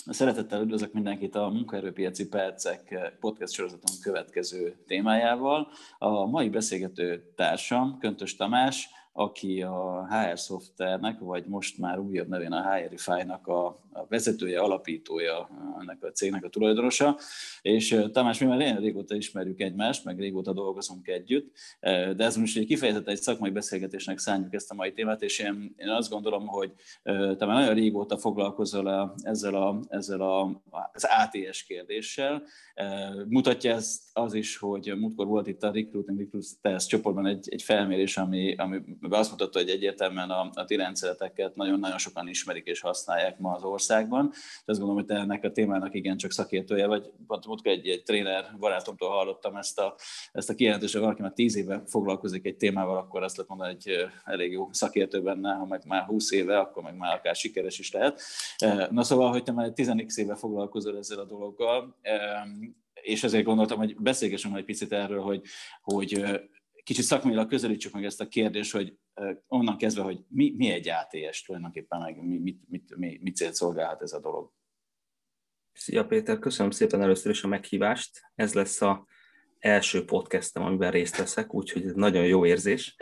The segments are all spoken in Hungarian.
Szeretettel üdvözlök mindenkit a Munkaerőpiaci Percek podcast sorozaton következő témájával. A mai beszélgető társam Köntös Tamás, aki a HR Software-nek, vagy most már újabb nevén a HRify-nak a vezetője, alapítója, ennek a cégnek a tulajdonosa. És Tamás, mi már nagyon régóta ismerjük egymást, meg régóta dolgozunk együtt, de ez most kifejezetten egy szakmai beszélgetésnek szánjuk ezt a mai témát, és én azt gondolom, hogy te már nagyon régóta foglalkozol ezzel az ATS kérdéssel. Mutatja ezt az is, hogy múltkor volt itt a Recruiting Test csoportban egy felmérés, ami azt mutatta, hogy egyértelműen a ti rendszereteket nagyon-nagyon sokan ismerik és használják ma az országban. De azt gondolom, hogy te ennek a témának igencsak szakértője vagy. Múltkor egy tréner barátomtól hallottam ezt a kijelentést, hogy valaki már 10 éve foglalkozik egy témával, akkor azt lehet mondani, hogy elég jó szakértő benne, ha meg már 20 éve, akkor meg már akár sikeres is lehet. Na szóval, hogy te már 10x éve foglalkozol ezzel a dologgal, és ezért gondoltam, hogy beszélgessünk egy picit erről, hogy kicsit szakmailag közelítsük meg ezt a kérdést, hogy onnan kezdve, hogy mi egy ATS tulajdonképpen, meg mit célt szolgálhat ez a dolog. Szia Péter, köszönöm szépen először is a meghívást. Ez lesz az első podcastem, amiben részt veszek, úgyhogy ez nagyon jó érzés.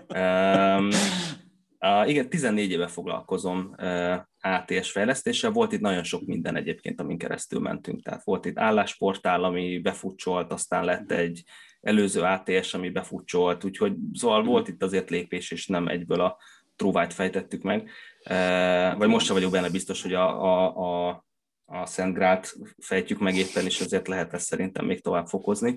Igen, 14 éve foglalkozom ATS fejlesztéssel, volt itt nagyon sok minden egyébként, amin keresztül mentünk. Tehát volt itt állásportál, ami befutcsolt, aztán lett egy előző ATS, ami befutcsolt, úgyhogy szóval volt itt azért lépés, és nem egyből a trúvájt fejtettük meg. Vagy most sem vagyok benne biztos, hogy a Szent Grált fejtjük meg éppen, és azért lehet ezt szerintem még tovább fokozni.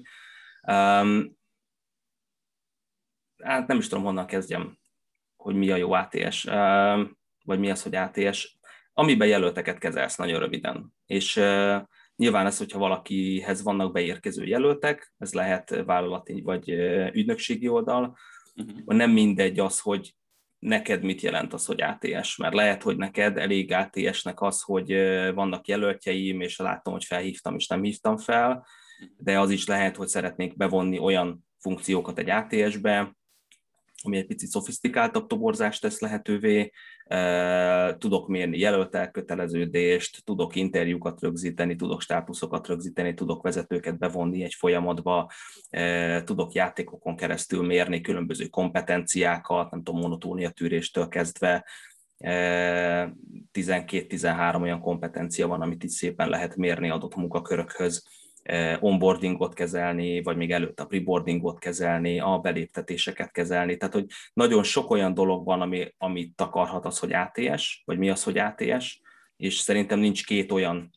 Hát nem is tudom, honnan kezdjem, hogy mi a jó ATS, vagy mi az, hogy ATS, amiben jelölteket kezelsz nagyon röviden. És nyilván ez, hogyha valakihez vannak beérkező jelöltek, ez lehet vállalati vagy ügynökségi oldal, nem mindegy az, hogy neked mit jelent az, hogy ATS, mert lehet, hogy neked elég ATS-nek az, hogy vannak jelöltjeim, és látom, hogy felhívtam, és nem hívtam fel, de az is lehet, hogy szeretnék bevonni olyan funkciókat egy ATS-be, ami egy picit szofisztikáltabb toborzást tesz lehetővé, tudok mérni jelöltek köteleződést, tudok interjúkat rögzíteni, tudok státuszokat rögzíteni, tudok vezetőket bevonni egy folyamatba, tudok játékokon keresztül mérni különböző kompetenciákat, nem tudom, monotóniatűréstől kezdve, 12-13 olyan kompetencia van, amit itt szépen lehet mérni adott munkakörökhöz, onboardingot kezelni, vagy még előtt a preboardingot kezelni, a beléptetéseket kezelni. Tehát, hogy nagyon sok olyan dolog van, amit takarhat az, hogy ATS, vagy mi az, hogy ATS, és szerintem nincs két olyan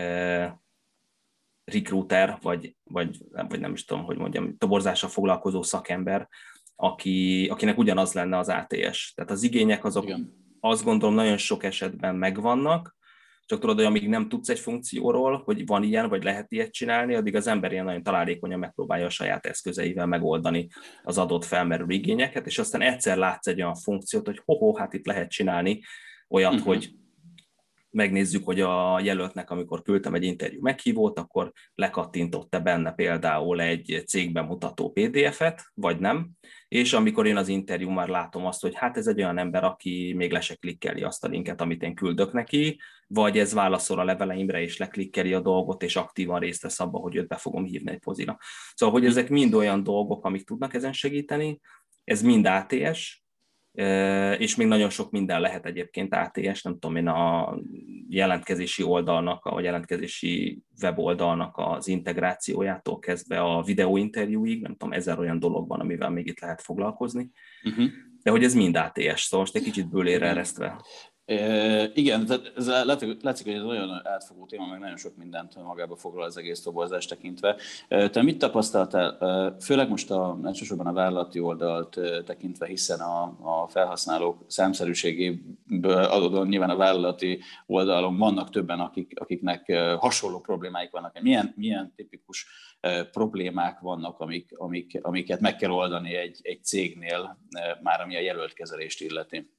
recruiter, vagy nem is tudom, hogy mondjam, toborzással foglalkozó szakember, akinek ugyanaz lenne az ATS. Tehát az igények azok, igen, azt gondolom, nagyon sok esetben megvannak, csak tudod, hogy amíg nem tudsz egy funkcióról, hogy van ilyen, vagy lehet ilyet csinálni, addig az ember ilyen nagyon találékonyan megpróbálja a saját eszközeivel megoldani az adott felmerülő igényeket, és aztán egyszer látsz egy olyan funkciót, hogy hát itt lehet csinálni olyat, hogy megnézzük, hogy a jelöltnek, amikor küldtem egy interjú meghívót, akkor lekattintott-e benne például egy cégbemutató PDF-et, vagy nem, és amikor én az interjú már látom azt, hogy hát ez egy olyan ember, aki még le se klikkeli azt a linket, amit én küldök neki, vagy ez válaszol a leveleimre, és leklikkeli a dolgot, és aktívan részt vesz abba, hogy őt be fogom hívni egy pozira. Szóval, hogy ezek mind olyan dolgok, amik tudnak ezen segíteni, ez mind ATS, és még nagyon sok minden lehet egyébként ATS, nem tudom én, a jelentkezési oldalnak, a jelentkezési weboldalnak az integrációjától kezdve a videóinterjúig, nem tudom, 1000 olyan dolog van, amivel még itt lehet foglalkozni, de hogy ez mind ATS, szóval most egy kicsit bőlére eresztve. Igen, tehát ez látszik, hogy ez nagyon átfogó téma, meg nagyon sok mindent magába foglal az egész toborzást tekintve. Te mit tapasztaltál, főleg most elsősorban a vállalati oldalt tekintve, hiszen a felhasználók számszerűségéből adódóan nyilván a vállalati oldalon vannak többen, akiknek hasonló problémáik vannak. Milyen tipikus problémák vannak, amiket meg kell oldani egy cégnél, már ami a jelöltkezelést illeti?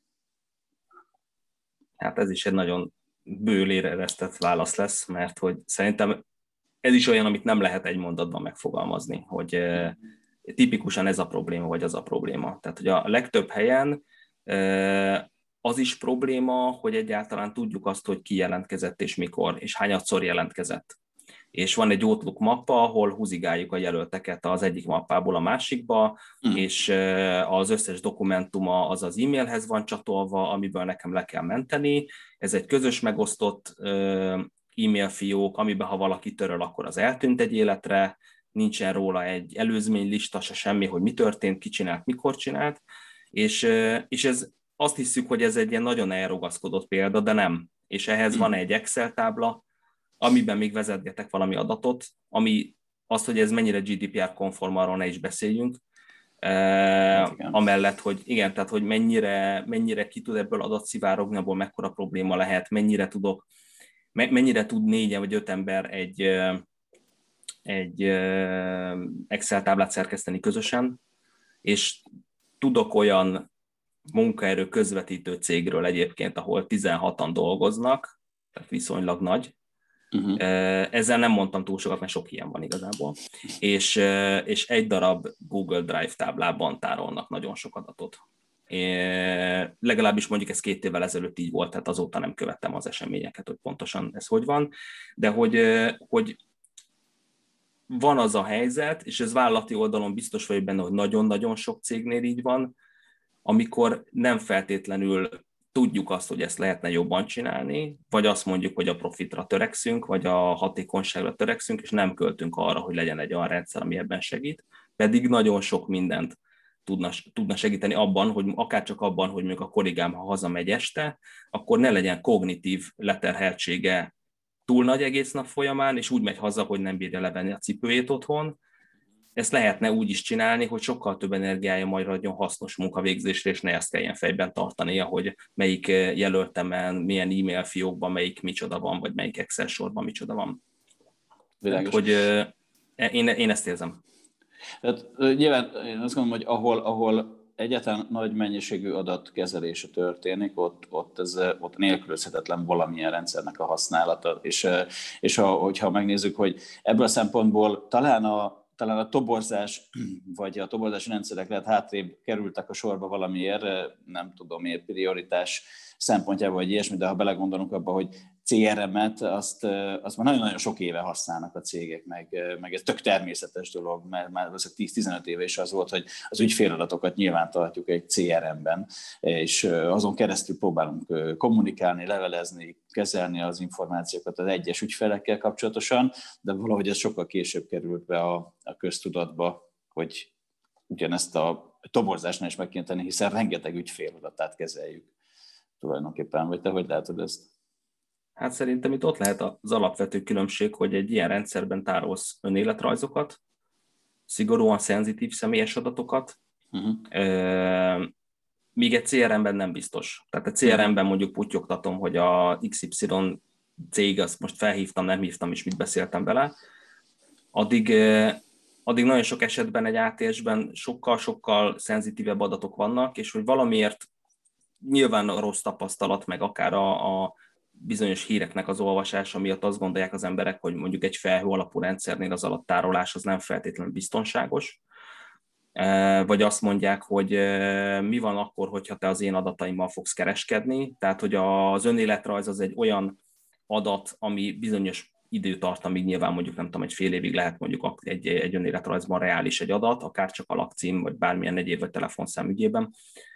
Hát ez is egy nagyon bőlére eresztett válasz lesz, mert hogy szerintem ez is olyan, amit nem lehet egy mondatban megfogalmazni, hogy tipikusan ez a probléma, vagy az a probléma. Tehát, hogy a legtöbb helyen az is probléma, hogy egyáltalán tudjuk azt, hogy ki jelentkezett és mikor, és hányadszor jelentkezett. És van egy Outlook mappa, ahol húzigáljuk a jelölteket az egyik mappából a másikba, és az összes dokumentuma az az e-mailhez van csatolva, amiből nekem le kell menteni. Ez egy közös megosztott e-mail fiók, amiben ha valaki töröl, akkor az eltűnt egy életre, nincsen róla egy előzménylista, se semmi, hogy mi történt, ki csinált, mikor csinált, és ez, azt hiszük, hogy ez egy ilyen nagyon elrugaszkodott példa, de nem. És ehhez van egy Excel tábla, amiben még vezetgetek valami adatot, ami az, hogy ez mennyire GDPR-konform, arról ne is beszéljünk, amellett, hogy igen, tehát hogy mennyire ki tud ebből adat szivárogni, abból mekkora probléma lehet, mennyire tud 4 vagy 5 ember egy Excel táblát szerkeszteni közösen, és tudok olyan munkaerő közvetítő cégről egyébként, ahol 16-an dolgoznak, tehát viszonylag nagy. Ezzel nem mondtam túl sokat, mert sok ilyen van igazából. És egy darab Google Drive táblában tárolnak nagyon sok adatot. Legalábbis mondjuk ez 2 évvel ezelőtt így volt, tehát azóta nem követtem az eseményeket, hogy pontosan ez hogy van, de hogy van az a helyzet, és ez vállalati oldalon biztos vagyok benne, hogy nagyon-nagyon sok cégnél így van, amikor nem feltétlenül tudjuk azt, hogy ezt lehetne jobban csinálni, vagy azt mondjuk, hogy a profitra törekszünk, vagy a hatékonyságra törekszünk, és nem költünk arra, hogy legyen egy olyan rendszer, ami ebben segít, pedig nagyon sok mindent tudna segíteni abban, hogy akárcsak abban, hogy mondjuk a kollégám, ha hazamegy este, akkor ne legyen kognitív leterheltsége túl nagy egész nap folyamán, és úgy megy haza, hogy nem bírja levenni a cipőjét otthon. Ezt lehetne úgy is csinálni, hogy sokkal több energiája maradjon hasznos munkavégzésre, és ne ezt kelljen fejben tartania, hogy melyik jelöltemen, milyen e-mail fiókban, melyik micsoda van, vagy melyik Excel sorban micsoda van. Tehát, hogy én ezt érzem. Tehát nyilván én azt gondolom, hogy ahol egyáltalán nagy mennyiségű adatkezelése történik, ott nélkülözhetetlen valamilyen rendszernek a használata. És hogyha megnézzük, hogy ebből a szempontból talán a toborzás, vagy a toborzási rendszerek lehet hátrébb kerültek a sorba valamiért, nem tudom miért, prioritás szempontjából, vagy ilyesmi, de ha belegondolunk abba, hogy CRM-et, azt már nagyon-nagyon sok éve használnak a cégek, meg ez tök természetes dolog, mert már 10-15 éve is az volt, hogy az ügyféladatokat nyilván tartjuk egy CRM-ben, és azon keresztül próbálunk kommunikálni, levelezni, kezelni az információkat az egyes ügyfelekkel kapcsolatosan, de valahogy ez sokkal később került be a köztudatba, hogy ugyanezt a toborzásnál is meg kéne tenni, hiszen rengeteg ügyféladatát kezeljük tulajdonképpen. Vagy te hogy látod ezt? Hát szerintem itt ott lehet az alapvető különbség, hogy egy ilyen rendszerben tárolsz önéletrajzokat, szigorúan szenzitív személyes adatokat, míg egy CRM-ben nem biztos. Tehát a CRM-ben mondjuk putyogtatom, hogy a XY cég, azt most felhívtam, nem hívtam, és mit beszéltem vele, addig nagyon sok esetben egy ATS-ben sokkal-sokkal szenzitívebb adatok vannak, és hogy valamiért nyilván a rossz tapasztalat, meg akár a bizonyos híreknek az olvasása miatt azt gondolják az emberek, hogy mondjuk egy felhő alapú rendszernél az adattárolás az nem feltétlenül biztonságos, vagy azt mondják, hogy mi van akkor, hogyha te az én adataimmal fogsz kereskedni, tehát hogy az önéletrajz az egy olyan adat, ami bizonyos időtartamig, nyilván mondjuk nem tudom, egy fél évig lehet mondjuk egy önéletrajzban reális egy adat, akár csak a lakcím, vagy bármilyen egyéb vagy telefonszám ügyében.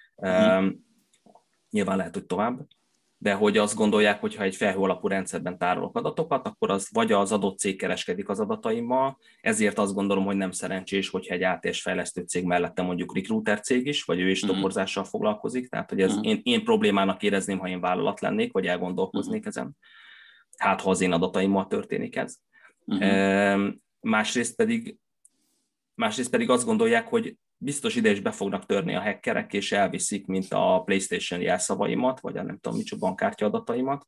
Nyilván lehet, hogy tovább, de hogy azt gondolják, hogy ha egy felhő alapú rendszerben tárolok adatokat, akkor az vagy az adott cég kereskedik az adataimmal, ezért azt gondolom, hogy nem szerencsés, hogyha egy ATS fejlesztő cég mellette mondjuk recruiter cég is, vagy ő is toborzással foglalkozik, tehát hogy ez én problémának érezném, ha én vállalat lennék, vagy elgondolkoznék ezen. Hát, ha az én adataimmal történik ez. Másrészt pedig azt gondolják, hogy biztos ide is be fognak törni a hackerek, és elviszik, mint a PlayStation jelszavaimat, vagy a nem tudom micsoda bankkártya adataimat.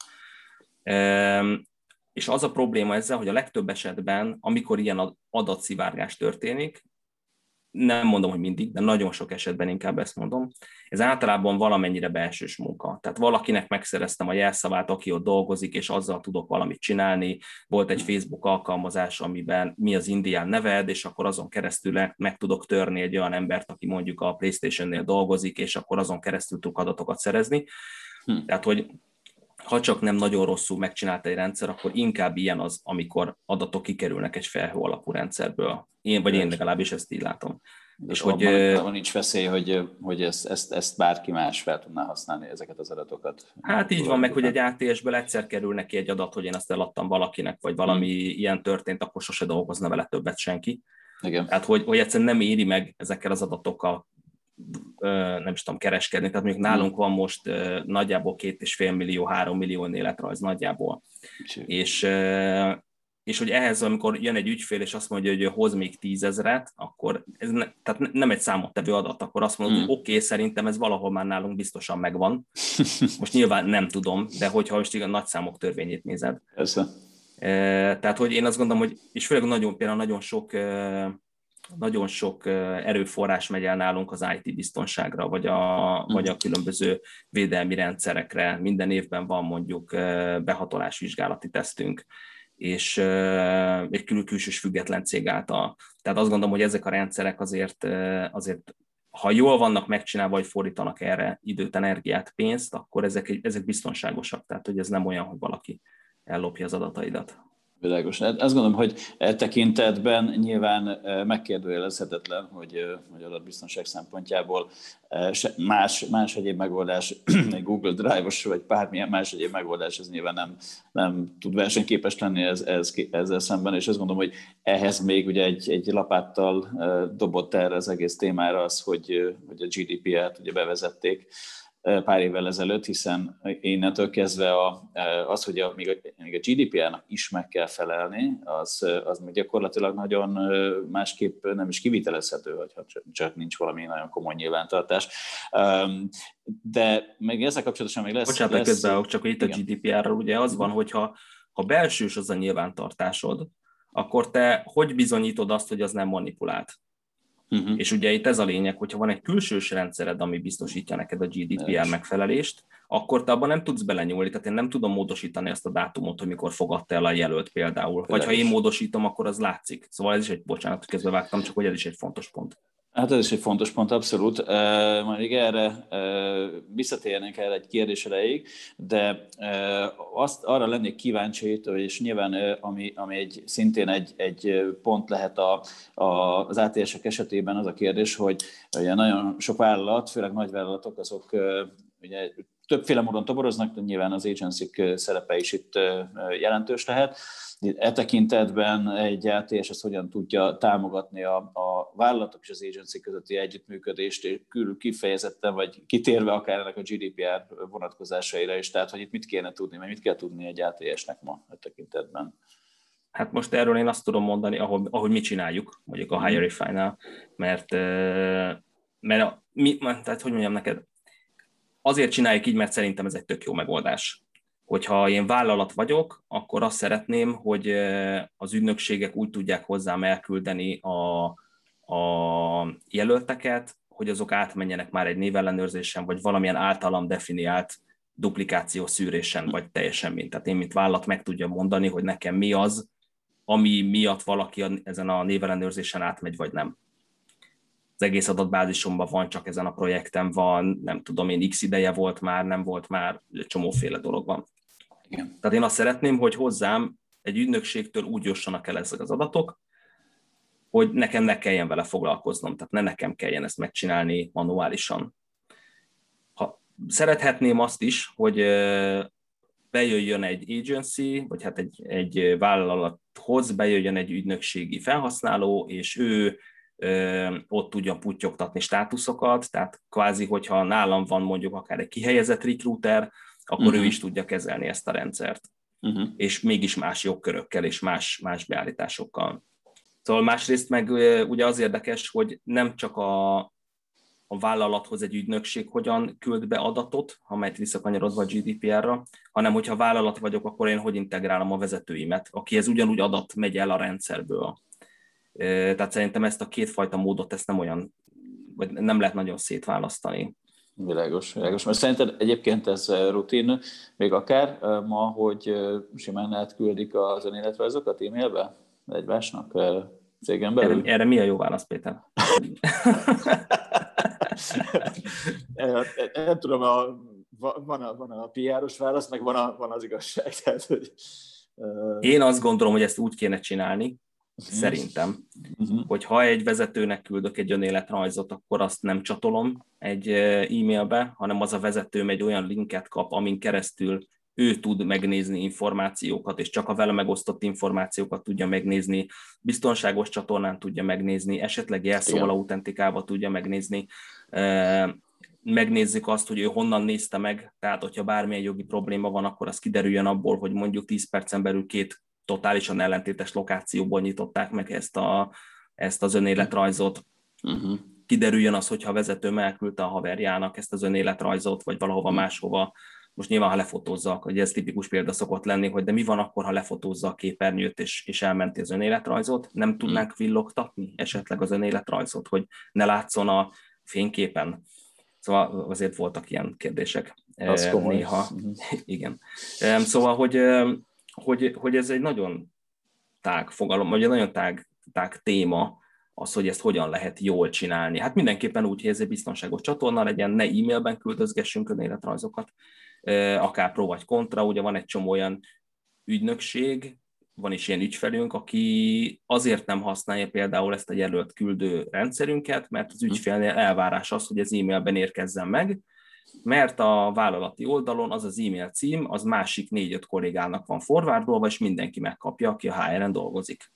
És az a probléma ezzel, hogy a legtöbb esetben, amikor ilyen adatszivárgás történik, nem mondom, hogy mindig, de nagyon sok esetben inkább ezt mondom, ez általában valamennyire belsős munka. Tehát valakinek megszereztem a jelszavát, aki ott dolgozik, és azzal tudok valamit csinálni. Volt egy Facebook alkalmazás, amiben mi az indián neved, és akkor azon keresztül meg tudok törni egy olyan embert, aki mondjuk a PlayStation-nél dolgozik, és akkor azon keresztül tudok adatokat szerezni. Tehát, hogy ha csak nem nagyon rosszul megcsinált egy rendszer, akkor inkább ilyen az, amikor adatok kikerülnek egy felhő alapú rendszerből. Én legalábbis ezt így látom. És hogy van nincs veszély, hogy ezt bárki más fel tudná használni, ezeket az adatokat. Hát így van, meg hogy egy ATS-ből egyszer kerül neki egy adat, hogy én azt eladtam valakinek, vagy valami ilyen történt, akkor sose dolgozna vele többet senki. Igen. Tehát, hogy egyszerűen nem éri meg ezekkel az adatokkal nem is tudom, kereskedni. Tehát mondjuk nálunk van most nagyjából 2,5 millió, 3 millió életrajz nagyjából. És hogy ehhez, amikor jön egy ügyfél, és azt mondja, hogy hoz még 10 000-et, akkor ez tehát nem egy számottevő adat, akkor azt mondod, hogy oké, szerintem ez valahol már nálunk biztosan megvan. Most nyilván nem tudom, de hogyha most a nagyszámok törvényét nézed. Persze. Tehát, hogy én azt gondolom, hogy, és főleg például nagyon sok erőforrás megy el nálunk az IT biztonságra, vagy a különböző védelmi rendszerekre. Minden évben van mondjuk behatolásvizsgálati tesztünk, és egy külsős független cég által. Tehát azt gondolom, hogy ezek a rendszerek azért ha jól vannak megcsinálva, vagy fordítanak erre időt, energiát, pénzt, akkor ezek biztonságosak. Tehát, hogy ez nem olyan, hogy valaki ellopja az adataidat. Világos. Azt gondolom, hogy e tekintetben nyilván megkérdőjelezhetetlen, hogy adatbiztonság szempontjából más egyéb megoldás, egy Google Drive-os vagy bármilyen más egyéb megoldás, ez nyilván nem tud versenyképes lenni ezzel szemben, és azt gondolom, hogy ehhez még ugye egy lapáttal dobott erre az egész témára az, hogy a GDPR-t ugye bevezették pár évvel ezelőtt, hiszen innentől kezdve az, hogy még a GDPR-nak is meg kell felelni, az még gyakorlatilag nagyon másképp nem is kivitelezhető, hogyha csak nincs valami nagyon komoly nyilvántartás. De még ezzel kapcsolatosan még lesz... Bocsánat, közben csak itt a GDPR-ral ugye az van, hogyha belsős az a nyilvántartásod, akkor te hogy bizonyítod azt, hogy az nem manipulált? És ugye itt ez a lényeg, hogyha van egy külsős rendszered, ami biztosítja neked a GDPR megfelelést, akkor te abban nem tudsz belenyúlni, tehát én nem tudom módosítani ezt a dátumot, hogy mikor fogadta el a jelölt például. Vagy ha én módosítom, akkor az látszik. Szóval ez is bocsánat, közben vágtam, csak hogy ez is egy fontos pont. Hát ez is egy fontos pont, abszolút. Majd még erre visszatérnénk erre egy kérdés erejéig, de arra lennék kíváncsi, és nyilván ami szintén egy pont lehet az ATS-ek esetében az a kérdés, hogy ugye nagyon sok vállalat, főleg nagyvállalatok, azok ugye többféle módon toboroznak, de nyilván az agency-k szerepe is itt jelentős lehet. E tekintetben egy ATS az hogyan tudja támogatni a vállalatok és az agency közötti együttműködést, kifejezetten vagy kitérve akár ennek a GDPR vonatkozásaira is, tehát hogy itt mit kéne tudni, vagy mit kell tudni egy ATS-nek ma e tekintetben? Hát most erről én azt tudom mondani, ahogy mi csináljuk, mondjuk a Hierify-nál, mert tehát hogy mondjam neked, azért csináljuk így, mert szerintem ez egy tök jó megoldás. Hogyha én vállalat vagyok, akkor azt szeretném, hogy az ügynökségek úgy tudják hozzám elküldeni a jelölteket, hogy azok átmenjenek már egy névellenőrzésen, vagy valamilyen általam definiált duplikáció szűrésen, vagy teljesen mint. Tehát én, mint vállalat meg tudjam mondani, hogy nekem mi az, ami miatt valaki ezen a névellenőrzésen átmegy, vagy nem. Az egész adatbázisomban van, csak ezen a projekten van, nem tudom én, x ideje volt már, nem volt már, csomóféle dolog van. Igen. Tehát én azt szeretném, hogy hozzám egy ügynökségtől úgy jussanak el ezek az adatok, hogy nekem ne kelljen vele foglalkoznom, tehát ne nekem kelljen ezt megcsinálni manuálisan. Szerethetném azt is, hogy bejöjjön egy agency, vagy hát egy vállalathoz bejöjjön egy ügynökségi felhasználó, és ő ott tudja puttyogtatni státuszokat, tehát kvázi, hogyha nálam van mondjuk akár egy kihelyezett recruiter, akkor ő is tudja kezelni ezt a rendszert. És mégis más jogkörökkel és más beállításokkal. Szóval másrészt meg ugye az érdekes, hogy nem csak a vállalathoz egy ügynökség hogyan küld be adatot, amelyet visszakanyarodva a GDPR-ra, hanem hogyha vállalat vagyok, akkor én hogy integrálom a vezetőimet, akihez ugyanúgy adat megy el a rendszerből. Tehát szerintem ezt a kétfajta módot ezt nem olyan, vagy nem lehet nagyon szétválasztani. Világos. Mert szerinted egyébként ez rutin, még akár ma, hogy simán átküldik az önéletrajzokat e-mailbe egymásnak cégen belül? Erre mi a jó válasz, Péter? Nem tudom, van a PR-os válasz, meg van az igazság. Tehát, hogy, Én azt gondolom, hogy ezt úgy kéne csinálni, szerintem, hogy ha egy vezetőnek küldök egy önéletrajzot, akkor azt nem csatolom egy e-mailbe, hanem az a vezetőm egy olyan linket kap, amin keresztül ő tud megnézni információkat, és csak a vele megosztott információkat tudja megnézni, biztonságos csatornán tudja megnézni, esetleg jelszóval autentikába tudja megnézni. Megnézzük azt, hogy ő honnan nézte meg, tehát hogyha bármilyen jogi probléma van, akkor az kiderüljön abból, hogy mondjuk 10 percen belül 2 totálisan ellentétes lokációból nyitották meg ezt az önéletrajzot. Kiderüljön az, hogyha a vezető elküldte a haverjának ezt az önéletrajzot, vagy valahova máshova. Most nyilván, ha lefotózzak, hogy ez tipikus példa szokott lenni, hogy de mi van akkor, ha lefotózza a képernyőt, és elmenti az önéletrajzot? Nem tudnánk villogtatni esetleg az önéletrajzot, hogy ne látszon a fényképen? Szóval azért voltak ilyen kérdések. Az komoly. Néha. Igen. Szóval, hogy ez egy nagyon tág fogalom, vagy egy nagyon tág téma, az, hogy ezt hogyan lehet jól csinálni. Hát mindenképpen úgy, hogy ez egy biztonságos csatorna legyen, ne e-mailben küldözgessünk önéletrajzokat, akár pro vagy kontra. Ugye van egy csomó olyan ügynökség, van is ilyen ügyfelünk, aki azért nem használja például ezt a jelölt küldő rendszerünket, mert az ügyfélnél elvárás az, hogy az e-mailben érkezzen meg, mert a vállalati oldalon az e-mail cím, az másik 4-5 kollégának van forwardolva, és mindenki megkapja, aki a HR-en dolgozik.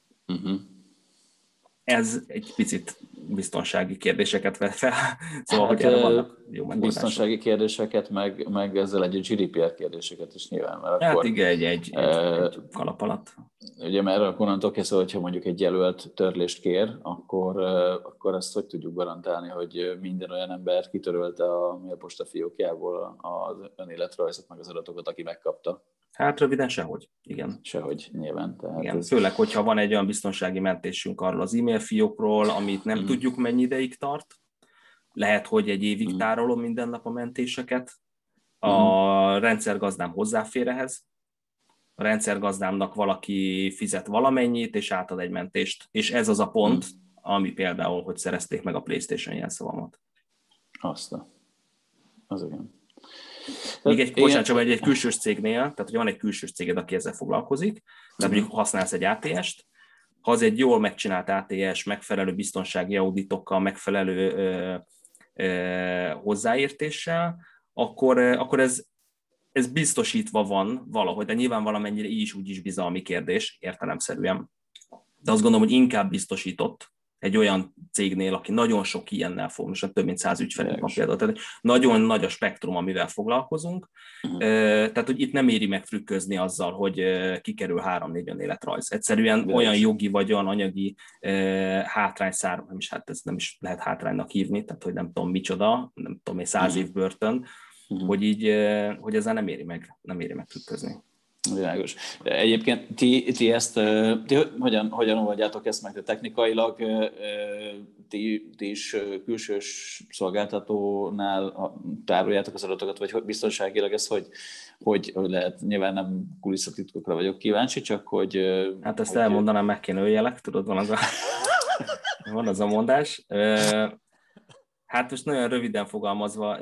Ez egy picit biztonsági kérdéseket vet fel, szóval hogy erre vannak jó megoldások. Biztonsági kérdéseket, meg ezzel egy GDPR kérdéseket is nyilván. Mert hát akkor, igen, egy kalap alatt. Ugye, mert akkor onnantól kezdve, hogyha mondjuk egy jelölt törlést kér, akkor azt hogy tudjuk garantálni, hogy minden olyan ember kitörölte a mailposta fiókjából az önéletrajzot, meg az adatokat, aki megkapta. Hát röviden sehogy, igen. Sehogy, nyilván. Tehát igen. Főleg, hogyha van egy olyan biztonsági mentésünk arról az e-mail fiókról, amit nem tudjuk mennyi ideig tart. Lehet, hogy egy évig tárolom minden nap a mentéseket. A rendszergazdám hozzáfér ehhez. A rendszergazdámnak valaki fizet valamennyit, és átad egy mentést. És ez az a pont, ami például, hogy szerezték meg a PlayStation jelszavamat. Az igen. Még egy külsős cégnél, tehát hogy van egy külsős céged, aki ezzel foglalkozik, tehát mondjuk használsz egy ATS-t, ha az egy jól megcsinált ATS, megfelelő biztonsági auditokkal, megfelelő hozzáértéssel, akkor ez biztosítva van valahogy, de nyilván valamennyire így is úgy is bizalmi kérdés, értelemszerűen. De azt gondolom, hogy inkább biztosított egy olyan cégnél, aki nagyon sok ilyennel fog, most több mint 100 ügyfelünk van például, tehát nagyon nagy a spektrum, amivel foglalkozunk, tehát hogy itt nem éri meg trükközni azzal, hogy kikerül 3-4 önéletrajz. Egyszerűen olyan jogi vagy olyan anyagi hátrány nem is, hát ez nem is lehet hátránynak hívni, tehát hogy nem tudom micsoda, nem tudom, 100 év börtön, hogy ezzel nem éri meg trükközni. Világos. Egyébként ti ezt, hogyan oldjátok ezt meg? De technikailag ti is külsős szolgáltatónál tároljátok az adatokat, vagy biztonságilag ez, hogy lehet? Nyilván nem kulisszatitkokra vagyok kíváncsi, csak hogy... Hát ezt elmondanám, meg kéne öljelek, tudod, van az a mondás. Hát most nagyon röviden fogalmazva,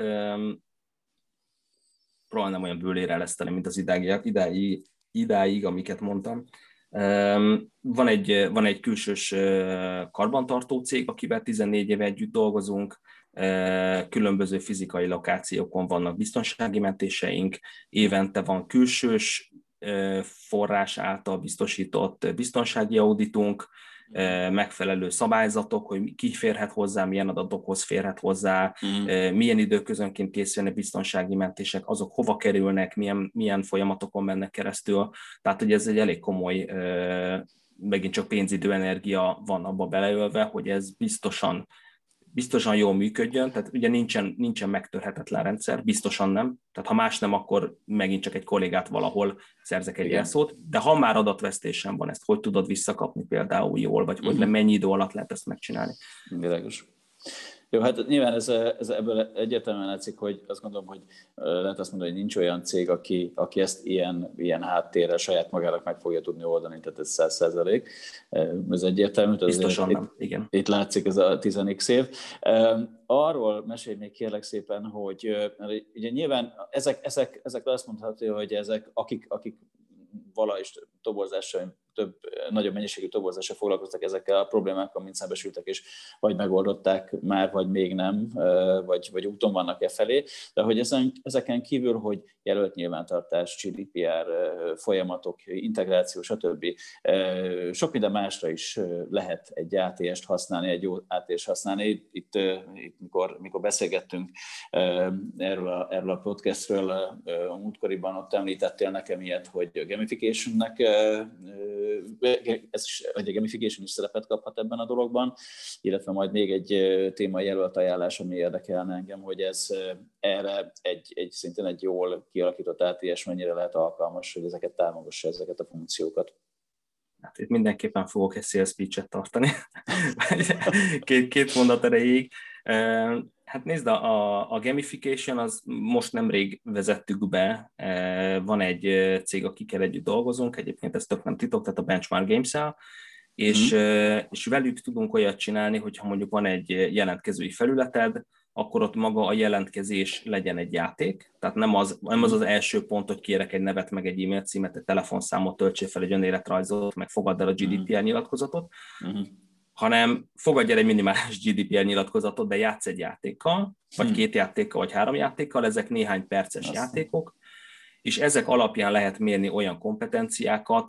próbálom nem olyan bőlére eleszteni, mint az idáig, amiket mondtam. Van egy külsős karbantartó cég, akivel 14 éve együtt dolgozunk, különböző fizikai lokációkon vannak biztonsági mentéseink, évente van külsős forrás által biztosított biztonsági auditunk, megfelelő szabályzatok, hogy ki férhet hozzá, milyen adatokhoz férhet hozzá, milyen időközönként készülnek biztonsági mentések, azok hova kerülnek, milyen folyamatokon mennek keresztül. Tehát, hogy ez egy elég komoly, megint csak pénzidő, energia van abba beleölve, hogy ez biztosan jól működjön, tehát ugye nincsen megtörhetetlen rendszer, biztosan nem. Tehát ha más nem, akkor megint csak egy kollégát valahol szerzek egy jelszót, de ha már adatvesztésem van, ezt hogy tudod visszakapni például jól, vagy hogy mennyi idő alatt lehet ezt megcsinálni? Világos. Jó, hát nyilván ez ebből egyértelműen látszik, hogy azt gondolom, hogy lehet azt mondani, hogy nincs olyan cég, aki ezt ilyen háttérrel saját magának meg fogja tudni oldani, tehát ez 100%. Ez egyértelmű. Biztosan nem, igen. Itt látszik ez a 10x év. Arról mesélj még kérlek szépen, hogy ugye nyilván ezekről azt mondható, hogy ezek, akik vala is toborzással, nagyobb mennyiségű toborzással foglalkoztak ezekkel a problémákkal, mint szembesültek, és vagy megoldották már, vagy még nem, vagy úton vannak felé. De hogy ezeken kívül, hogy jelölt nyilvántartás, GDPR folyamatok, integráció, stb. Sok minden másra is lehet egy ATS-t használni, egy jó ATS-t használni. Itt mikor beszélgettünk erről a podcastről, a múltkoriban ott említettél nekem ilyet, hogy a gamificationnek a gamification is szerepet kaphat ebben a dologban, illetve majd még egy téma jelölt ajánlás, ami érdekelne engem, hogy ez erre szintén egy jól kialakított ATS mennyire lehet alkalmas, hogy ezeket támogassa, ezeket a funkciókat. Hát itt mindenképpen fogok egy sales speech-et tartani, két mondat erejéig. Hát nézd, a gamification az most nemrég vezettük be, van egy cég, akikkel együtt dolgozunk, egyébként ez tök nem titok, tehát a Benchmark Games-el, és velük tudunk olyat csinálni, hogyha mondjuk van egy jelentkezői felületed, akkor ott maga a jelentkezés legyen egy játék, tehát nem az első pont, hogy kérek egy nevet, meg egy e-mail címet, egy telefonszámot, töltsél fel egy önéletrajzot, meg fogadd el a GDPR nyilatkozatot, hanem fogadj el egy minimális GDPR nyilatkozatot, de játsz egy játékkal, vagy 2 játékkal, vagy 3 játékkal, ezek néhány perces játékok, és ezek alapján lehet mérni olyan kompetenciákat,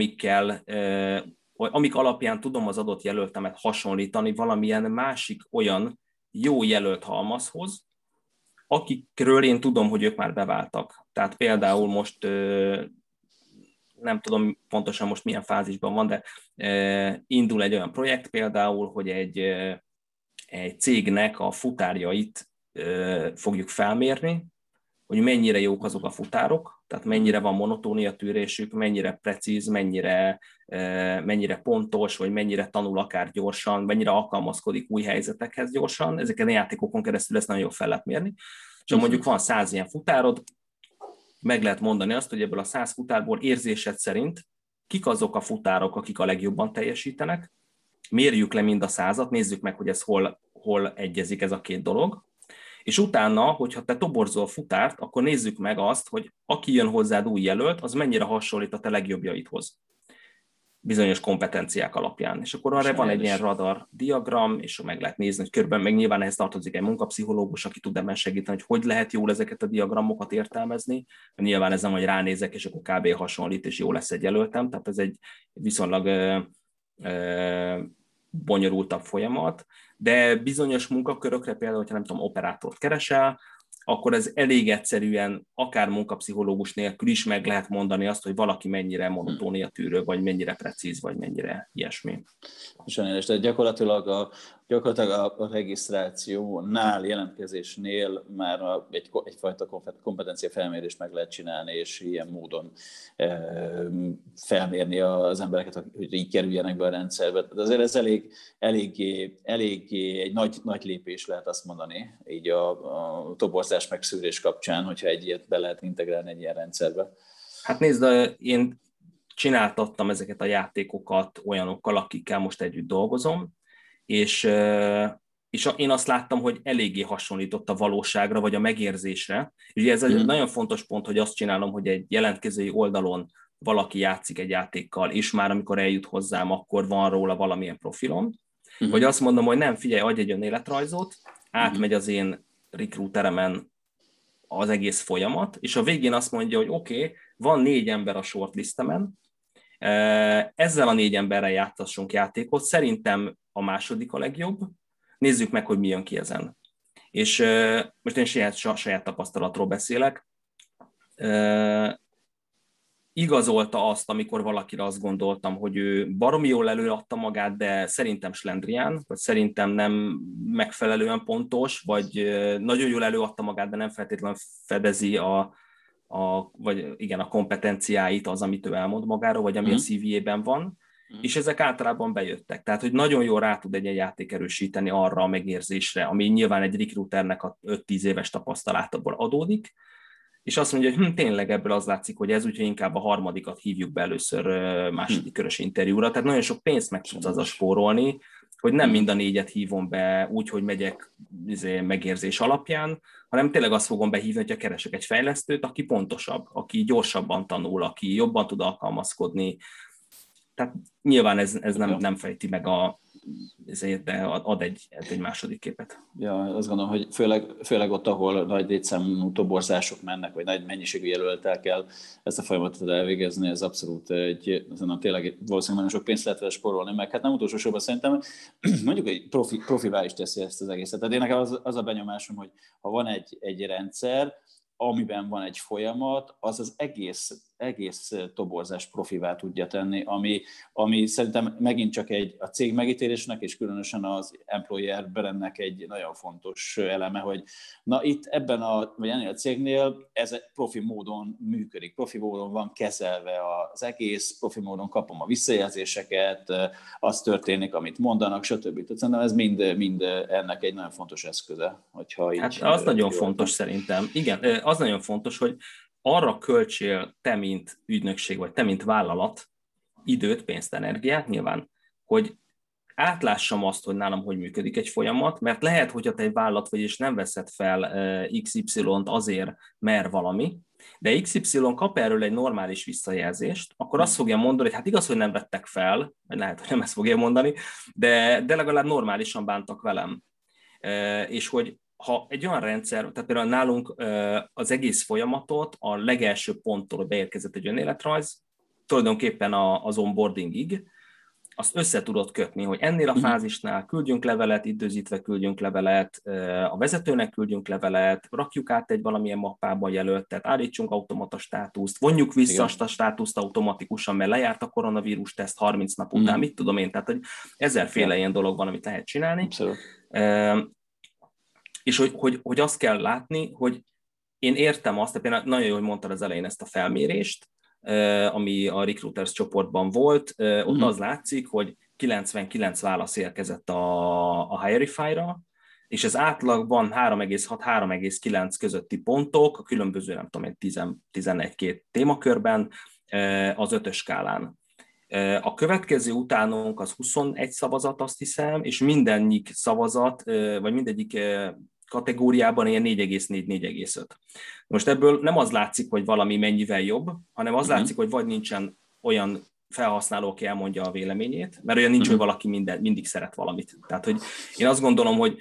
amik alapján tudom az adott jelöltemet hasonlítani valamilyen másik olyan jó jelölt halmazhoz, akikről én tudom, hogy ők már beváltak. Tehát például most nem tudom pontosan most milyen fázisban van, de indul egy olyan projekt például, hogy egy cégnek a futárjait fogjuk felmérni, hogy mennyire jók azok a futárok, tehát mennyire van monotónia tűrésük, mennyire precíz, mennyire pontos, vagy mennyire tanul akár gyorsan, mennyire alkalmazkodik új helyzetekhez gyorsan. Ezeken a játékokon keresztül ezt nagyon jól fel lehet mérni. És ha mondjuk van 100 ilyen futárod, meg lehet mondani azt, hogy ebből a 100 futárból érzésed szerint kik azok a futárok, akik a legjobban teljesítenek, mérjük le mind a 100-at, nézzük meg, hogy ez hol egyezik ez a két dolog, és utána, hogyha te toborzol futárt, akkor nézzük meg azt, hogy aki jön hozzád új jelölt, az mennyire hasonlít a te legjobbjaidhoz bizonyos kompetenciák alapján. És akkor arra van egy ilyen radar diagram, és meg lehet nézni, hogy körben meg nyilván ehhez tartozik egy munkapszichológus, aki tud ebben segíteni, hogy lehet jól ezeket a diagramokat értelmezni, mert nyilván ez nem, hogy ránézek, és akkor kb. Hasonlít, és jó lesz egy jelöltem, tehát ez egy viszonylag bonyolultabb folyamat, de bizonyos munkakörökre, például, hogyha nem tudom, operátort keresel, akkor ez elég egyszerűen, akár munkapszichológus nélkül is meg lehet mondani azt, hogy valaki mennyire monotónia tűrő, vagy mennyire precíz, vagy mennyire ilyesmi. Sajnos, tehát gyakorlatilag a regisztrációnál, jelentkezésnél már egyfajta kompetencia felmérést meg lehet csinálni, és ilyen módon felmérni az embereket, hogy így kerüljenek be a rendszerbe. De azért ez eléggé egy nagy lépés, lehet azt mondani, így a toborzás megszűrés kapcsán, hogyha egy ilyet be lehet integrálni egy ilyen rendszerbe. Hát nézd, én csináltattam ezeket a játékokat olyanokkal, akikkel most együtt dolgozom, és én azt láttam, hogy eléggé hasonlított a valóságra, vagy a megérzésre. Ugye ez egy nagyon fontos pont, hogy azt csinálom, hogy egy jelentkezői oldalon valaki játszik egy játékkal, és már amikor eljut hozzám, akkor van róla valamilyen profilom. Vagy azt mondom, hogy nem, figyelj, adj egy önéletrajzot, átmegy az én recruiteremen az egész folyamat, és a végén azt mondja, hogy oké, van 4 ember a shortlistemen, ezzel a 4 emberrel játszassunk játékot, szerintem a második a legjobb, nézzük meg, hogy mi jön ki ezen. És most én saját tapasztalatról beszélek, igazolta azt, amikor valakire azt gondoltam, hogy ő baromi jól előadta magát, de szerintem slendrián, vagy szerintem nem megfelelően pontos, vagy nagyon jól előadta magát, de nem feltétlenül fedezi a kompetenciáit az, amit ő elmond magáról, vagy ami a CV-ben van. és ezek általában bejöttek. Tehát, hogy nagyon jól rá tud egy játék erősíteni arra a megérzésre, ami nyilván egy recruiternek a 5-10 éves tapasztalatából adódik, és azt mondja, hogy tényleg ebből az látszik, hogy ez, úgyhogy inkább a harmadikat hívjuk be először második körös interjúra. Tehát nagyon sok pénzt meg tudsz azzal spórolni, hogy nem mind a 4-et hívom be úgy, hogy megyek megérzés alapján, hanem tényleg azt fogom behívni, hogyha keresek egy fejlesztőt, aki pontosabb, aki gyorsabban tanul, aki jobban tud alkalmazkodni. Tehát nyilván ez nem fejti meg de ad egy második képet. Ja, azt gondolom, hogy főleg ott, ahol nagy létszámú toborzások mennek, vagy nagy mennyiségű jelöltel kell ezt a folyamatot elvégezni, ez abszolút tényleg valószínűleg nagyon sok pénzt lehet vele spórolni, meg hát nem utolsó sorban szerintem mondjuk egy profivá is teszi ezt az egészet. Tehát én nekem az a benyomásom, hogy ha van egy rendszer, amiben van egy folyamat, az egész toborzás profivá tudja tenni, ami szerintem megint csak a cég megítélésnek, és különösen az employer brandnek egy nagyon fontos eleme, hogy na itt vagy ennél a cégnél ez profi módon működik, profi módon van kezelve az egész, profi módon kapom a visszajelzéseket, az történik, amit mondanak, stb. Tehát szerintem ez mind ennek egy nagyon fontos eszköze. Hogyha hát az nagyon fontos szerintem. Igen, az nagyon fontos, hogy arra költsél te, mint ügynökség, vagy te, mint vállalat, időt, pénzt, energiát nyilván, hogy átlássam azt, hogy nálam hogy működik egy folyamat, mert lehet, hogyha te egy vállalat vagy, és nem veszed fel XY-t azért, mert valami, de XY kap erről egy normális visszajelzést, akkor azt fogja mondani, hogy hát igaz, hogy nem vettek fel, vagy lehet, hogy nem ezt fogja mondani, de legalább normálisan bántak velem. És hogy ha egy olyan rendszer, tehát például nálunk az egész folyamatot a legelső ponttól beérkezett egy önéletrajz, tulajdonképpen az onboardingig, azt össze tudod kötni, hogy ennél a fázisnál küldjünk levelet, időzítve küldjünk levelet, a vezetőnek küldjünk levelet, rakjuk át egy valamilyen mappába jelöltet, állítsunk automata státuszt, vonjuk vissza a státuszt automatikusan, mert lejárt a koronavírus teszt 30 nap után, mit tudom én, tehát hogy ezerféle ilyen dolog van, amit lehet csinálni. És hogy azt kell látni, hogy én értem azt, tehát például nagyon jól mondtad az elején ezt a felmérést, ami a Recruiters csoportban volt, ott az látszik, hogy 99 válasz érkezett a Hirify-ra, és ez átlagban 3,6-3,9 közötti pontok, a különböző, nem tudom én, 11-2 témakörben az 5-ös skálán. A következő utánunk az 21 szavazat, azt hiszem, és mindegyik szavazat, vagy mindegyik kategóriában ilyen 4,4-4,5. Most ebből nem az látszik, hogy valami mennyivel jobb, hanem az látszik, hogy vagy nincsen olyan felhasználó, aki elmondja a véleményét, mert olyan nincs, hogy valaki mindig szeret valamit. Tehát, hogy én azt gondolom, hogy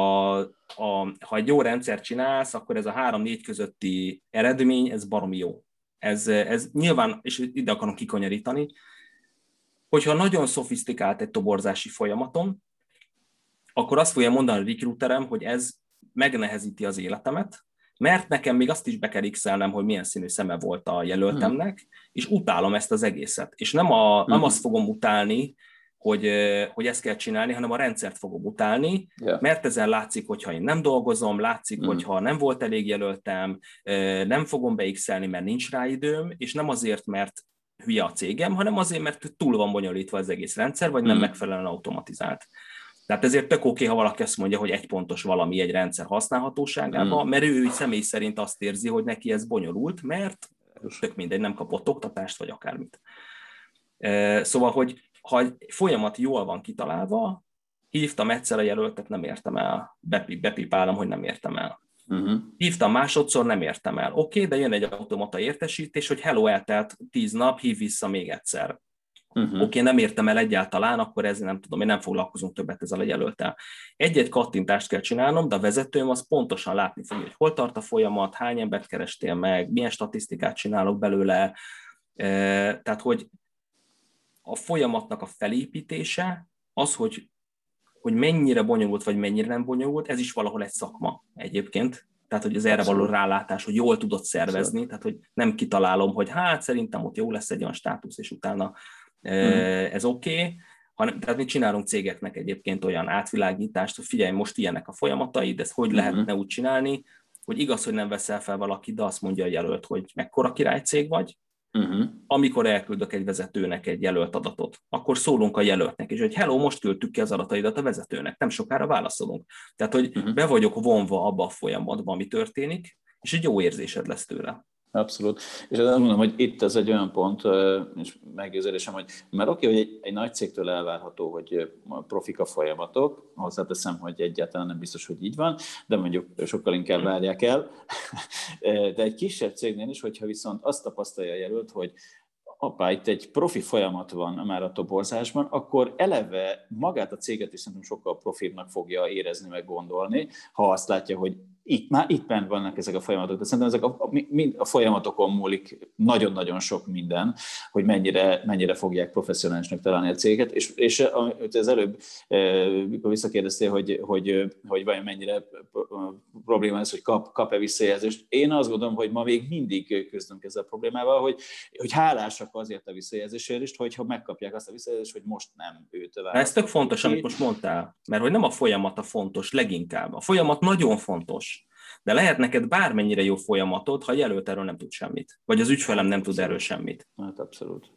ha egy jó rendszert csinálsz, akkor ez a 3-4 közötti eredmény, ez baromi jó. Ez nyilván, és ide akarom kikonyarítani, hogyha nagyon szofisztikált egy toborzási folyamatom, akkor azt fogja mondani a recruiterem, hogy ez megnehezíti az életemet, mert nekem még azt is be kell x-elnem, hogy milyen színű szeme volt a jelöltemnek, és utálom ezt az egészet. És nem azt fogom utálni, hogy ezt kell csinálni, hanem a rendszert fogom utálni, mert ezen látszik, hogyha én nem dolgozom, látszik, hogyha nem volt elég jelöltem, nem fogom beixelni, mert nincs rá időm, és nem azért, mert hülye a cégem, hanem azért, mert túl van bonyolítva az egész rendszer, vagy nem megfelelően automatizált. Tehát ezért tök oké, ha valaki azt mondja, hogy egypontos valami egy rendszer használhatóságában, mert ő személy szerint azt érzi, hogy neki ez bonyolult, mert tök mindegy, nem kapott oktatást, vagy akármit. Szóval, hogy ha egy folyamat jól van kitalálva, hívtam egyszer a jelöltet, nem értem el, bepipálom, hogy nem értem el. Hívtam másodszor, nem értem el. Oké, de jön egy automata értesítés, hogy hello, eltelt 10 nap, hív vissza még egyszer. Oké, nem értem el egyáltalán, akkor ez nem tudom, én nem foglalkozunk többet ezzel a jelölttel. Egy-egy kattintást kell csinálnom, de a vezetőm az pontosan látni fogja, hogy hol tart a folyamat, hány embert kerestél meg, milyen statisztikát csinálok belőle. Tehát, hogy a folyamatnak a felépítése, az, hogy mennyire bonyolult, vagy mennyire nem bonyolult, ez is valahol egy szakma egyébként. Tehát, hogy az erre való rálátás, hogy jól tudod szervezni, tehát, hogy nem kitalálom, hogy hát szerintem ott jó lesz egy olyan státusz, és utána ez oké. Tehát mi csinálunk cégeknek egyébként olyan átvilágítást, hogy figyelj, most ilyenek a folyamatai, de ezt hogy lehetne úgy csinálni, hogy igaz, hogy nem veszel fel valaki, de azt mondja a jelölt, hogy mekkora királycég vagy, Amikor elküldök egy vezetőnek egy jelölt adatot, akkor szólunk a jelöltnek, és hogy hello, most küldtük ki az adataidat a vezetőnek, nem sokára válaszolunk. Tehát, hogy be vagyok vonva abba a folyamatba, ami történik, és egy jó érzésed lesz tőle. Abszolút. És azt mondom, hogy itt ez egy olyan pont, és meggyőződésem, hogy mert oké, hogy egy nagy cégtől elvárható, hogy profik a folyamatok, hozzáteszem, hogy egyáltalán nem biztos, hogy így van, de mondjuk sokkal inkább várják el. De egy kisebb cégnél is, hogyha viszont azt tapasztalja a jelölt, hogy itt egy profi folyamat van már a toborzásban, akkor eleve magát a céget is szerintem sokkal profibbnak fogja érezni, meg gondolni, ha azt látja, hogy itt bent vannak ezek a folyamatok. De szerintem ezek a folyamatokon múlik nagyon-nagyon sok minden, hogy mennyire fogják professzionálisnak találni a céget. És amit az előbb, mikor visszakérdeztél, hogy vajon mennyire probléma ez, hogy kap-e visszajelzést. Én azt gondolom, hogy ma még mindig küzdünk ezzel a problémával, hogy hálásak azért a visszajelzésért, hogyha megkapják azt a visszajelzést, hogy most nem őt választották. Ez tök fontos, amit most mondtál, mert hogy nem a folyamat a fontos, leginkább. A folyamat nagyon fontos, de lehet neked bármennyire jó folyamatot, ha jelölt erről nem tud semmit, vagy az ügyfelem nem tud erről semmit. Hát abszolút.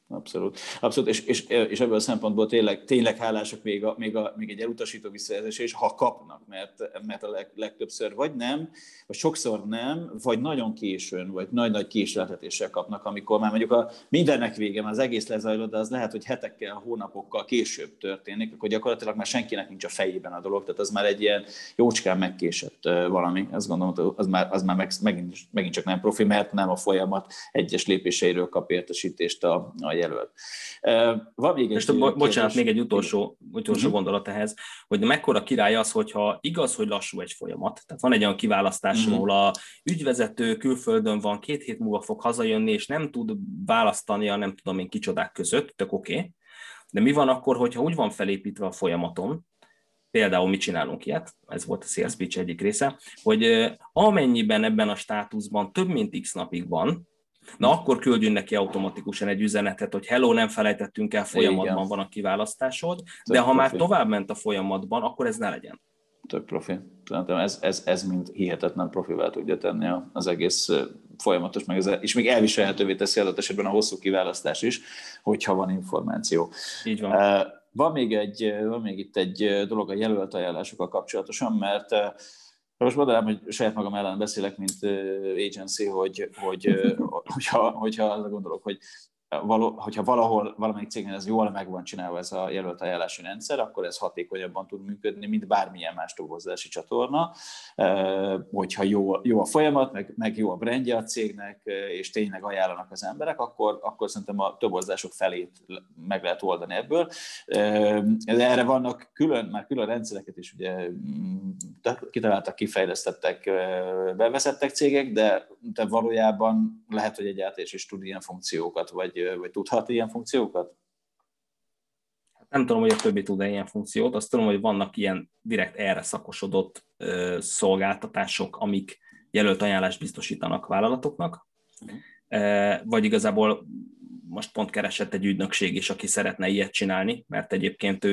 És ebből a szempontból tényleg hálásak még egy elutasító visszajelzés is, ha kapnak, mert a legtöbbször vagy nem, vagy sokszor nem, vagy nagyon későn, vagy nagy késleltetéssel kapnak, amikor már mondjuk mindennek vége, már az egész lezajlott, de az lehet, hogy hetekkel, hónapokkal később történik, akkor gyakorlatilag már senkinek nincs a fejében a dolog, tehát az már egy ilyen jócskán megkésett valami, azt gondolom, az már megint csak nem profi, mert nem a folyamat egyes lépéseiről kap értesítést a jelölt. Van még egy bocsánat, még egy utolsó gondolat ehhez, hogy mekkora király az, hogyha igaz, hogy lassú egy folyamat. Tehát van egy olyan kiválasztás, ahol a ügyvezető külföldön van, 2 hét múlva fog hazajönni, és nem tud választani a nem tudom én kicsodák között, tök oké. De mi van akkor, hogyha úgy van felépítve a folyamaton, például mit csinálunk ilyet, ez volt a sales pitch egyik része, hogy amennyiben ebben a státuszban több mint x napig van, na akkor küldjünk neki automatikusan egy üzenetet, hogy hello, nem felejtettünk el, folyamatban van a kiválasztásod, de ha már tovább ment a folyamatban, akkor ez ne legyen. Tök profi. Szerintem ez mind hihetetlen profivá tudja tenni az egész folyamatos, és még elviselhetővé teszi adott esetben a hosszú kiválasztás is, hogyha van információ. Így van. Van még itt egy dolog a jelölt ajánlásokkal kapcsolatosan, mert most mondanám, hogy saját magam ellen beszélek, mint agency, hogyha arra gondolok, hogyha valahol, valamelyik cégnél ez jól meg van csinálva ez a jelölt ajánlási rendszer, akkor ez hatékonyabban tud működni, mint bármilyen más toborzási csatorna. Hogyha jó a folyamat, meg jó a brandje a cégnek, és tényleg ajánlanak az emberek, akkor szerintem a toborzások felét meg lehet oldani ebből. De erre vannak külön rendszereket is, ugye kitaláltak, kifejlesztettek, bevezettek cégek, de valójában lehet, hogy egy ATS is tud ilyen funkciókat, vagy tudhat ilyen funkciókat? Nem tudom, hogy a többi tud-e ilyen funkciót, azt tudom, hogy vannak ilyen direkt erre szakosodott szolgáltatások, amik jelölt ajánlást biztosítanak vállalatoknak, vagy igazából most pont keresett egy ügynökség is, aki szeretne ilyet csinálni, mert egyébként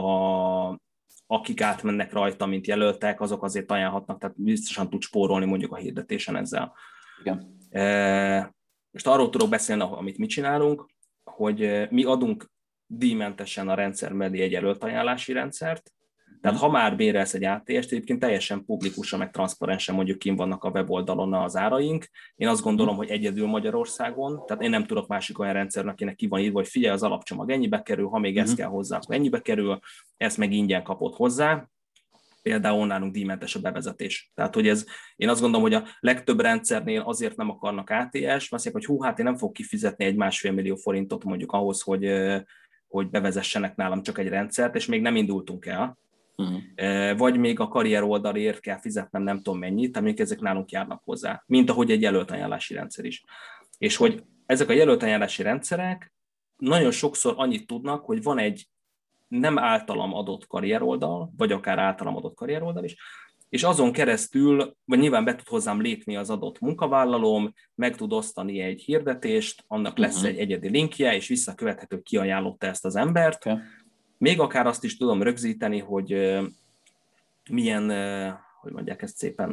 akik átmennek rajta, mint jelöltek, azok azért ajánlhatnak, tehát biztosan tud spórolni mondjuk a hirdetésen ezzel. Igen. Most arról tudok beszélni, amit mi csinálunk, hogy mi adunk díjmentesen a rendszer mellé egy jelölt ajánlási rendszert, tehát ha már bérelsz egy ATS-t, egyébként teljesen publikusan, meg transzparensen mondjuk kint vannak a weboldalon az áraink. Én azt gondolom, hogy egyedül Magyarországon, tehát én nem tudok másik olyan rendszernek, akinek ki van írva, hogy figyelj, az alapcsomag ennyibe kerül, ha még ez kell hozzá, akkor ennyibe kerül, ezt meg ingyen kapod hozzá. Például nálunk díjmentes a bevezetés. Tehát, hogy én azt gondolom, hogy a legtöbb rendszernél azért nem akarnak ATS-t, azt mondják, hogy én nem fog kifizetni egy 1,5 millió forintot mondjuk ahhoz, hogy bevezessenek nálam csak egy rendszert, és még nem indultunk el. Vagy még a karrier oldalért kell fizetnem nem tudom mennyit, amik ezek nálunk járnak hozzá, mint ahogy egy jelölt ajánlási rendszer is. És hogy ezek a jelölt ajánlási rendszerek nagyon sokszor annyit tudnak, hogy van egy nem általam adott karrieroldal, vagy akár általam adott karrieroldal is, és azon keresztül, vagy nyilván be tud hozzám lépni az adott munkavállalóm, meg tud osztani egy hirdetést, annak lesz egy egyedi linkje, és visszakövethető, ki ajánlotta ezt az embert. Még akár azt is tudom rögzíteni, hogy milyen, hogy mondják ezt szépen,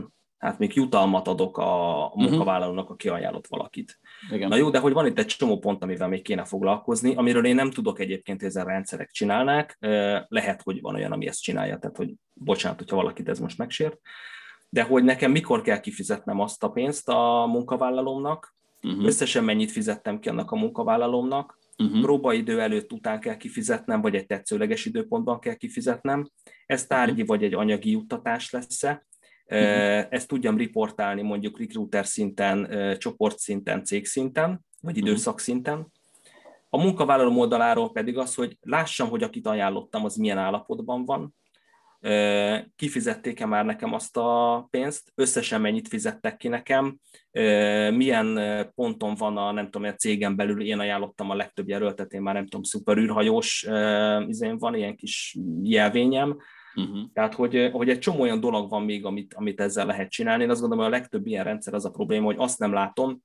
hát még jutalmat adok a munkavállalónak, aki ajánlott valakit. Igen. Na jó, de hogy van itt egy csomó pont, amivel még kéne foglalkozni, amiről én nem tudok egyébként, hogy ezen rendszerek csinálnák. Lehet, hogy van olyan, ami ezt csinálja, tehát hogy bocsánat, hogyha valakit ez most megsért, de hogy nekem mikor kell kifizetnem azt a pénzt a munkavállalómnak, összesen mennyit fizettem ki annak a munkavállalómnak, próbaidő előtt után kell kifizetnem, vagy egy tetszőleges időpontban kell kifizetnem, ez tárgyi vagy egy anyagi juttatás lesz-e, ezt tudjam riportálni mondjuk recruiter szinten, csoportszinten, cégszinten, vagy időszakszinten. A munkavállaló oldaláról pedig az, hogy lássam, hogy akit ajánlottam, az milyen állapotban van, kifizették-e már nekem azt a pénzt, összesen mennyit fizettek ki nekem, milyen ponton van nem tudom, a cégen belül, én ajánlottam a legtöbb jelöltet, én már nem tudom, szuper űrhajós van, ilyen kis jelvényem. Tehát, hogy egy csomó olyan dolog van még, amit ezzel lehet csinálni. Én azt gondolom, hogy a legtöbb ilyen rendszer az a probléma, hogy azt nem látom,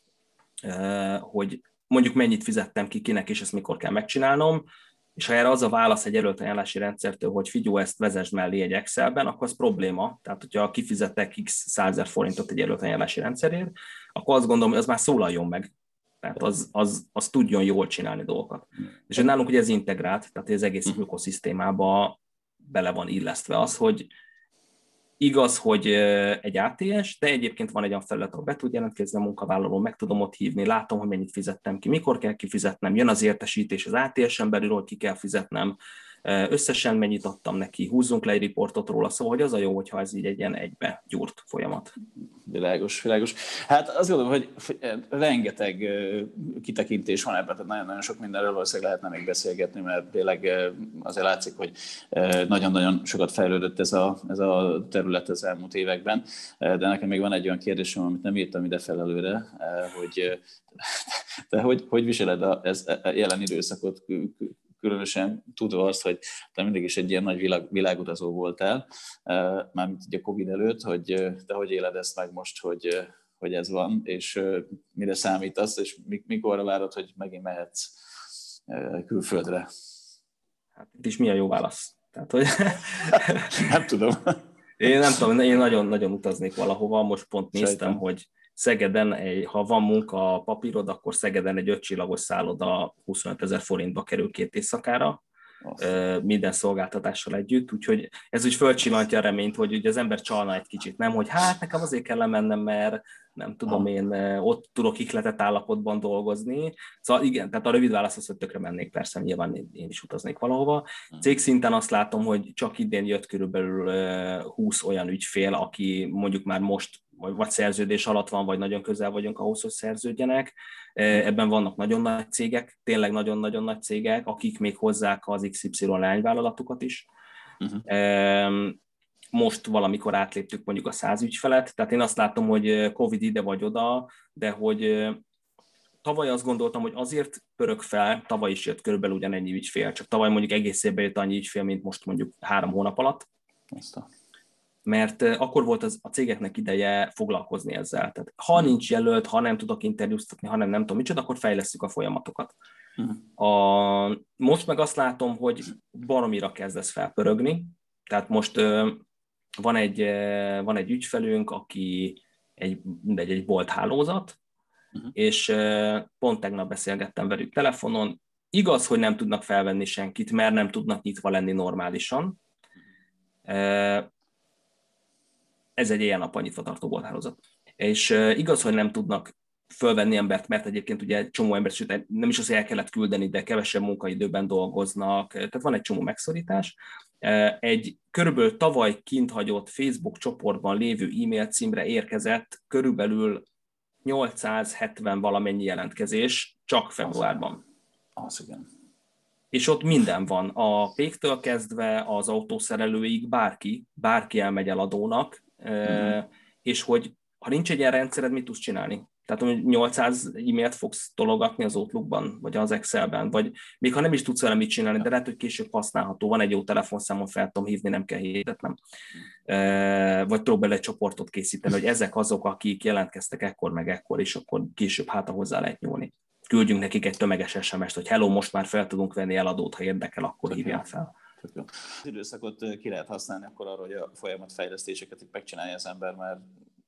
hogy mondjuk mennyit fizettem ki kinek, és ezt mikor kell megcsinálnom, és ha erre az a válasz egy jelöltajánlási rendszertől, hogy figyelj, ezt vezesd mellé egy Excelben, akkor az probléma. Tehát, hogyha kifizettek x 100 000 forintot egy jelöltajánlási rendszerért, akkor azt gondolom, hogy az már szólaljon meg. Tehát az tudjon jól csinálni dolgokat. És nálunk ugye ez integrált, tehát az egész ökoszisztémába bele van illesztve az, hogy igaz, hogy egy ATS, de egyébként van egy olyan felület, ahol be tud jelentkezni a munkavállaló, meg tudom ott hívni, látom, hogy mennyit fizettem ki, mikor kell kifizetnem, jön az értesítés az ATS-en belül, hogy ki kell fizetnem, összesen mennyit adtam neki, húzzunk le egy riportot róla, szóval hogy az a jó, hogyha ez így egy ilyen egybe gyúrt folyamat. Világos. Hát azt gondolom, hogy rengeteg kitekintés van ebben, tehát nagyon-nagyon sok mindenről valószínűleg lehetne még beszélgetni, mert tényleg azért látszik, hogy nagyon-nagyon sokat fejlődött ez a terület az elmúlt években, de nekem még van egy olyan kérdésem, amit nem írtam ide fel előre, hogy te hogy viseled a jelen időszakot, különösen tudva azt, hogy te mindig is egy ilyen nagy világutazó voltál, mármint ugye a Covid előtt, hogy te hogy éled ezt meg most, hogy ez van, és mire számítasz, és mikorra várod, hogy megint mehetsz külföldre? Hát itt is mi a jó válasz? Tehát, hogy... Nem tudom. Én nem tudom, én nagyon utaznék valahova, most pont néztem, hogy Szegeden, ha van munka a papírod, akkor Szegeden egy 5 csillagos szálloda 25 000 forintba kerül 2 éjszakára, minden szolgáltatással együtt, úgyhogy ez úgy fölcsillantja a reményt, hogy ugye az ember csalna egy kicsit, nem, hogy hát nekem azért kell lemennem, mert nem tudom én, ott tudok ihletett állapotban dolgozni. Szóval igen, tehát a rövid válasz az, hogy tökre mennék, persze, nyilván én is utaznék valahova. Cégszinten azt látom, hogy csak idén jött körülbelül 20 olyan ügyfél, aki mondjuk már most vagy szerződés alatt van, vagy nagyon közel vagyunk ahhoz, hogy szerződjenek. Ebben vannak nagyon nagy cégek, tényleg nagyon-nagyon nagy cégek, akik még hozzák az XY leányvállalatukat is. Most valamikor átléptük mondjuk a 100 ügyfelet, tehát én azt látom, hogy Covid ide vagy oda, de hogy tavaly azt gondoltam, hogy azért pörög fel, tavaly is jött körülbelül ugyanennyi ügyfél, csak tavaly mondjuk egész évben jött annyi ügyfél, mint most mondjuk 3 hónap alatt. Mert akkor volt a cégeknek ideje foglalkozni ezzel. Tehát ha nincs jelölt, ha nem tudok interjúztatni, ha nem tudom micsoda, akkor fejlesszük a folyamatokat. Most meg azt látom, hogy baromira kezdesz felpörögni. Tehát most van egy ügyfelünk, aki egy bolthálózat, és pont tegnap beszélgettem velük telefonon. Igaz, hogy nem tudnak felvenni senkit, mert nem tudnak nyitva lenni normálisan. Ez egy éjjel-nappal nyitva tartó bolthálózat. És igaz, hogy nem tudnak fölvenni embert, mert egyébként ugye egy csomó embert, sőt nem is az, hogy el kellett küldeni, de kevesebb munkaidőben dolgoznak, tehát van egy csomó megszorítás. Egy körülbelül tavaly kinthagyott Facebook csoportban lévő e-mail címre érkezett körülbelül 870 valamennyi jelentkezés csak februárban. Az igen. És ott minden van, a péktől kezdve az autószerelőig bárki elmegy eladónak, és hogy ha nincs egy ilyen rendszered, mit tudsz csinálni? Tehát, hogy 800 e-mailt fogsz tologatni az Outlookban, vagy az Excelben, vagy még ha nem is tudsz vele mit csinálni, de lehet, hogy később használható, van egy jó telefonszámon, fel tudom hívni, nem kell hirdetnem. Vagy próbálj egy csoportot készíteni, hogy ezek azok, akik jelentkeztek ekkor meg ekkor, és akkor később hozzá lehet nyúlni. Küldjünk nekik egy tömeges SMS-t, hogy hello, most már fel tudunk venni eladót, ha érdekel, akkor hívjál fel. Az időszakot ki lehet használni akkor arra, hogy a folyamatfejlesztéseket itt megcsinálja az ember, mert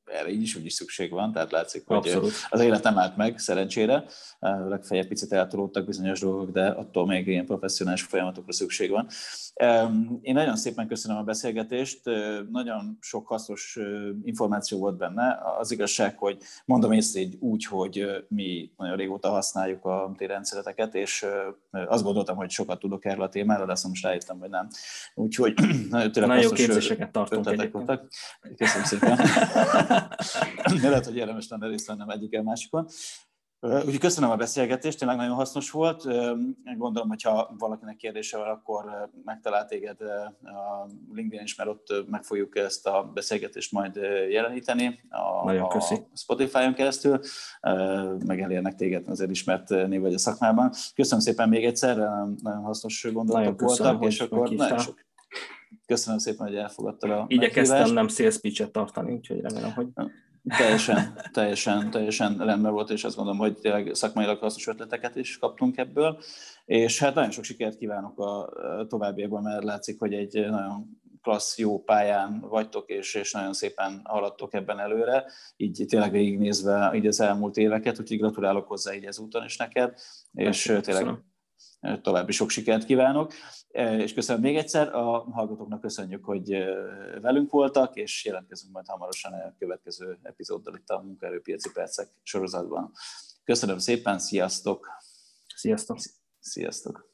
erre így is úgy is szükség van, tehát látszik, hogy Abszolút. az élet nem állt meg, szerencsére. Legfeljebb picit eltolódtak bizonyos dolgok, de attól még ilyen professzionális folyamatokra szükség van. Én nagyon szépen köszönöm a beszélgetést, nagyon sok hasznos információ volt benne. Az igazság, hogy mondom ezt így úgy, hogy mi nagyon régóta használjuk a rendszereteket, és azt gondoltam, hogy sokat tudok erről a témáról, de azt most rájöttem, hogy nem. Úgyhogy nagyon jó képzéseket tartunk egyébként. Köszönöm szépen. Lehet, hogy érdemes lenne részt vennem egyikkel másikon. Úgyhogy köszönöm a beszélgetést, tényleg nagyon hasznos volt. Gondolom, hogyha valakinek kérdése van, akkor megtalál téged a LinkedIn is, mert ott meg fogjuk ezt a beszélgetést majd jeleníteni a Spotify-on keresztül, meg elérnek téged, azért ismert név vagy a szakmában. Köszönöm szépen még egyszer, nagyon hasznos gondolatok voltak, és akkor nagyon sok. Köszönöm szépen, hogy elfogadtad a meghívást. Igyekeztem nem sales pitch-et tartani, úgyhogy remélem, hogy... Teljesen rendben volt, és azt gondolom, hogy tényleg szakmailag hasznos ötleteket is kaptunk ebből, és hát nagyon sok sikert kívánok a továbbiakban, mert látszik, hogy egy nagyon klassz, jó pályán vagytok, és nagyon szépen haladtok ebben előre, így tényleg végignézve így az elmúlt éveket, úgyhogy gratulálok hozzá így ezúton is neked, és tényleg további sok sikert kívánok, és köszönöm még egyszer, a hallgatóknak köszönjük, hogy velünk voltak, és jelentkezünk majd hamarosan a következő epizóddal itt a Munkaerőpiaci Percek sorozatban. Köszönöm szépen, sziasztok! Sziasztok! Sziasztok!